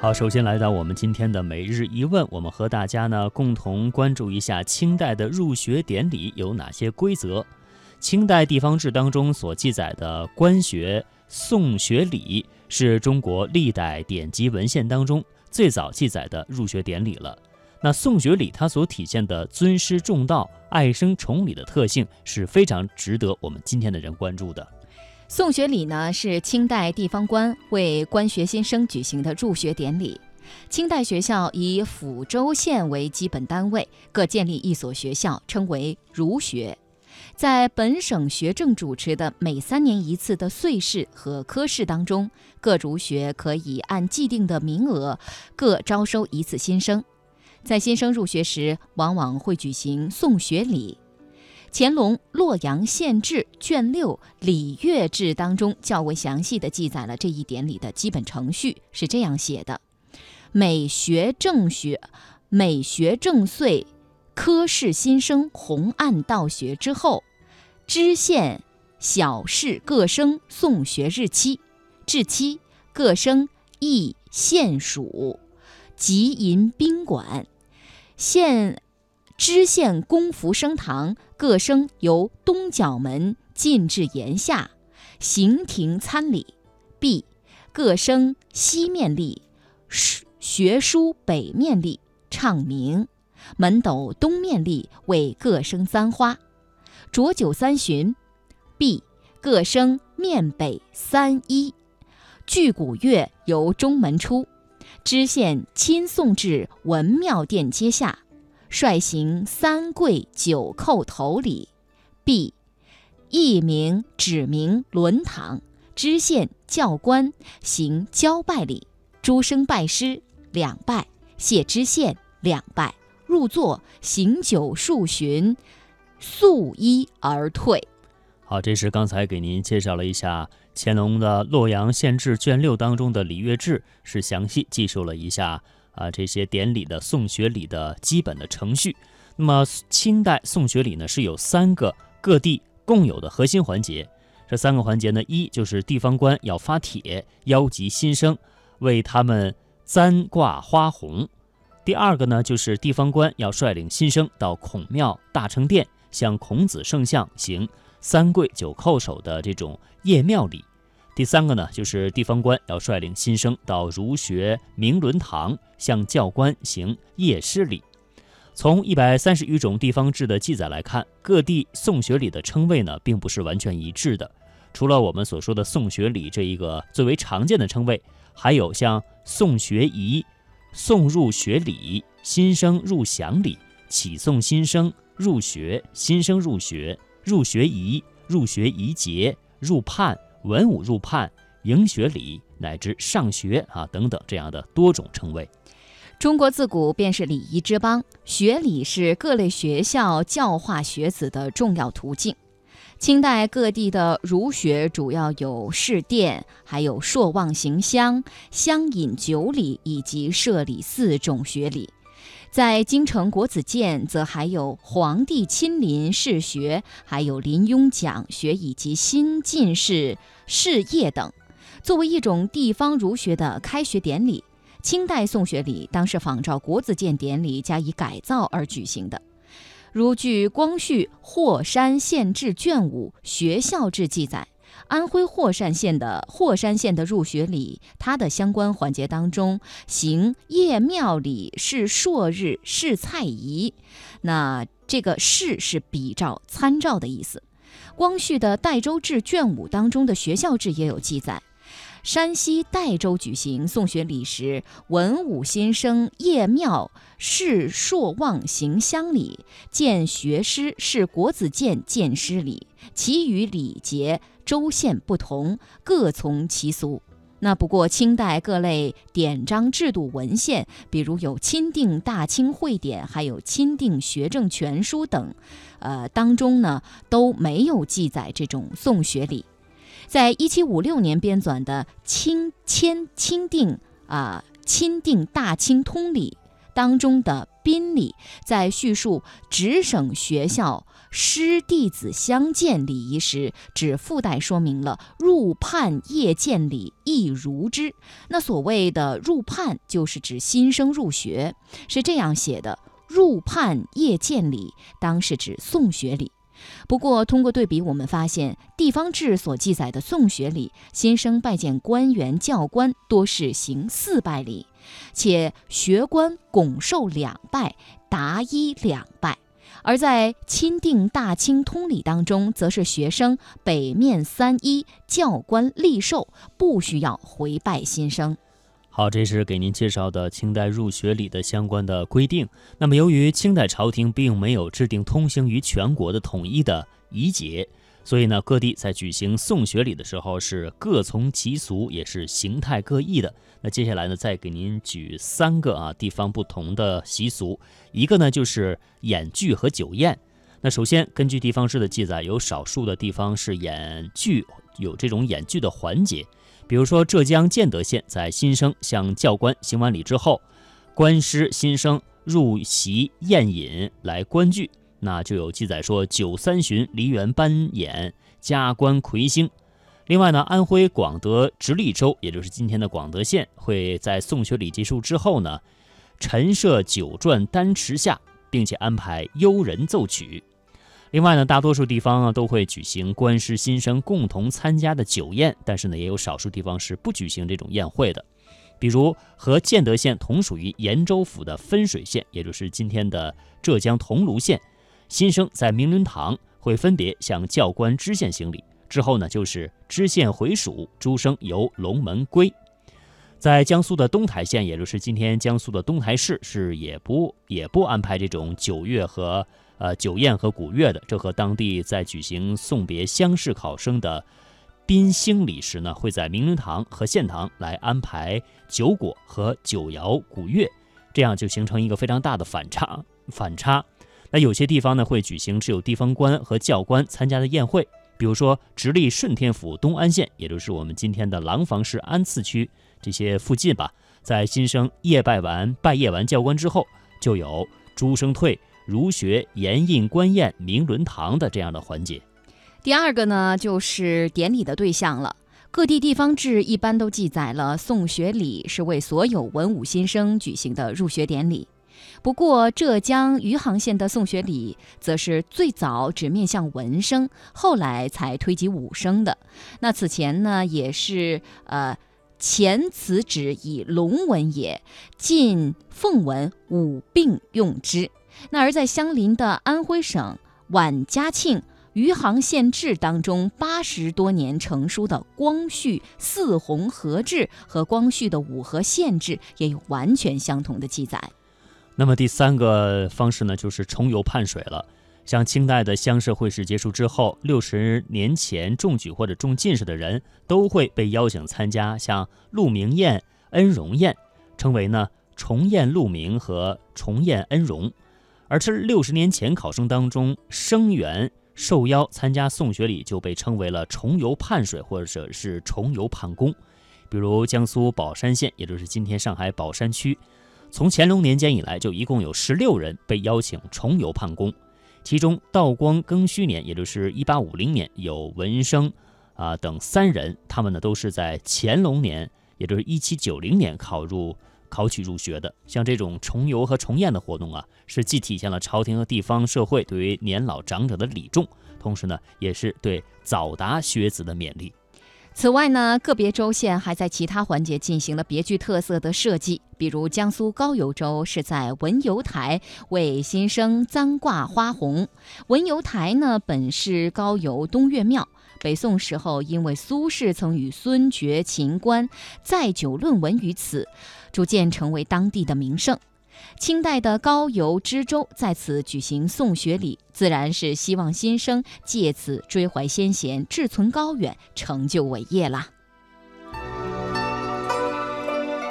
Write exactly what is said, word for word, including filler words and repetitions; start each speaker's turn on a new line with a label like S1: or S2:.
S1: 好，首先来到我们今天的每日一问，我们和大家呢共同关注一下清代的入学典礼有哪些规则。清代地方志当中所记载的官学送学礼，是中国历代典籍文献当中最早记载的入学典礼了。那送学礼它所体现的尊师重道、爱生崇礼的特性，是非常值得我们今天的人关注的。
S2: 送学礼呢，是清代地方官为官学新生举行的入学典礼。清代学校以府州县为基本单位，各建立一所学校，称为儒学。在本省学政主持的每三年一次的岁试和科试当中，各儒学可以按既定的名额各招收一次新生。在新生入学时，往往会举行送学礼。乾隆《洛阳县志》卷六礼乐志当中较为详细地记载了这一典礼的基本程序，是这样写的：每学正学每学正岁科试新生红案到学之后，知县小市各生送学日期，至期各生议县署集银宾馆，县知县公服升堂，各生由东角门进至檐下，行庭参礼。毕，各生西面立，学书北面立，唱名。门斗东面立，为各生簪花。浊酒三巡。毕，各生面北三一。巨鼓乐由中门出，知县亲送至文庙殿阶下，率行三跪九叩头礼。毕，诣名指名轮堂，知县教官行交拜礼，诸生拜师两拜，谢知县两拜，入座行酒数巡，肃衣而退。
S1: 好，这是刚才给您介绍了一下乾隆的《洛阳县志》卷六当中的礼乐志，是详细记述了一下啊这些典礼的送学礼的基本的程序。那么清代送学礼呢，是有三个各地共有的核心环节。这三个环节呢，一就是地方官要发帖邀集新生，为他们簪挂花红。第二个呢，就是地方官要率领新生到孔庙、大成殿，向孔子圣像行三跪九叩首的这种谒庙礼。第三个呢，就是地方官要率领新生到儒学明伦堂，向教官行谒师礼。从一百三十余种地方志的记载来看，各地送学礼的称谓呢，并不是完全一致的。除了我们所说的送学礼这一个最为常见的称谓，还有像送学仪、送入学礼、新生入享礼、启送新生、入学、新生入学、入学仪、入学仪节、入判、文武入判、迎学礼乃至上学啊等等这样的多种称谓。
S2: 中国自古便是礼仪之邦，学礼是各类学校教化学子的重要途径。清代各地的儒学主要有试殿，还有朔望行香、香饮酒礼以及社礼四种学礼。在京城国子监则还有皇帝亲临试学，还有临雍讲学以及新进士试业等。作为一种地方儒学的开学典礼，清代送学礼当是仿照国子监典礼加以改造而举行的。如据光绪霍山县志卷五学校志记载，安徽霍山县的霍山县的入学礼，它的相关环节当中，行谒庙礼是朔日试菜仪。那这个试是比照参照的意思。光绪的代州志卷五当中的学校志也有记载，山西代州举行送学礼时，文武新生谒庙试朔望行乡礼，见学师是国子监见师礼，其余礼节州县不同，各从其俗。那不过清代各类典章制度文献，比如有钦定大清会典，还有钦定学政全书等，呃，当中呢都没有记载这种送学礼。在一七五六年编纂的清钦钦定啊钦定大清通礼当中的宾礼，在叙述直省学校师弟子相见礼仪时，只附带说明了入泮夜见礼亦如之。那所谓的入泮就是指新生入学，是这样写的：入泮夜见礼，当是指送学礼。不过通过对比，我们发现地方志所记载的送学礼，新生拜见官员教官多是行四拜礼，且学官拱受两拜，答揖两拜。而在钦定大清通礼当中，则是学生北面三揖，教官立寿，不需要回拜新生。
S1: 好，这是给您介绍的清代入学礼的相关的规定。那么由于清代朝廷并没有制定通行于全国的统一的仪节，所以呢，各地在举行送学礼的时候是各从其俗，也是形态各异的。那接下来呢，再给您举三个啊地方不同的习俗。一个呢就是演剧和酒宴。那首先根据地方志的记载，有少数的地方是演剧，有这种演剧的环节。比如说浙江建德县，在新生向教官行完礼之后，官师新生入席宴饮来观剧，那就有记载说九三旬梨园班演，加官魁星。另外呢，安徽广德直隶州，也就是今天的广德县，会在送学礼结束之后呢，陈设酒馔丹池下，并且安排幽人奏曲。另外呢，大多数地方啊都会举行官师新生共同参加的酒宴，但是呢，也有少数地方是不举行这种宴会的。比如和建德县同属于延州府的分水县，也就是今天的浙江桐庐县，新生在明伦堂会分别向教官知县行礼，之后呢就是知县回蜀，诸生由龙门归。在江苏的东台县，也就是今天江苏的东台市，是也不也不安排这种酒乐和呃酒宴和鼓乐的。这和当地在举行送别乡试考生的宾兴礼时呢，会在明伦堂和县堂来安排酒果和酒肴鼓乐，这样就形成一个非常大的反差反差。那有些地方呢会举行只有地方官和教官参加的宴会，比如说直隶顺天府东安县，也就是我们今天的廊坊市安次区这些附近吧，在新生夜拜完拜谒完教官之后，就有诸生退、儒学、盐印官宴、明伦堂的这样的环节。
S2: 第二个呢，就是典礼的对象了。各地地方志一般都记载了送学礼是为所有文武新生举行的入学典礼。不过浙江余杭县的送学礼则是最早只面向文生，后来才推及武生的。那此前呢，也是呃前此旨以龙文也，晋凤文武并用之。那而在相邻的安徽省宛嘉庆余杭县志当中，八十多年成书的光绪四弘合志和光绪的五和县志也有完全相同的记载。
S1: 那么第三个方式呢，就是重游泮水了。像清代的乡试会试结束之后，六十年前中举或者中进士的人都会被邀请参加像鹿鸣宴、恩荣宴，称为呢重宴鹿鸣和重宴恩荣。而这六十年前考生当中，生员受邀参加送学礼就被称为了重游泮水或者是重游泮宫。比如江苏宝山县，也就是今天上海宝山区，从乾隆年间以来，就一共有十六人被邀请重游泮宫。其中道光庚戌年，也就是一八五零年，有文生啊、呃、等三人，他们呢都是在乾隆年，也就是一七九零年考入考取入学的。像这种重游和重宴的活动啊，是既体现了朝廷和地方社会对于年老长者的礼重，同时呢，也是对早达学子的勉励。
S2: 此外呢，个别州县还在其他环节进行了别具特色的设计，比如江苏高邮州是在文游台为新生簪挂花红。文游台呢，本是高邮东岳庙，北宋时候因为苏轼曾与孙觉、秦观载酒论文于此，逐渐成为当地的名胜。清代的高邮知州在此举行送学礼，自然是希望新生借此追怀先贤，志存高远，成就伟业啦。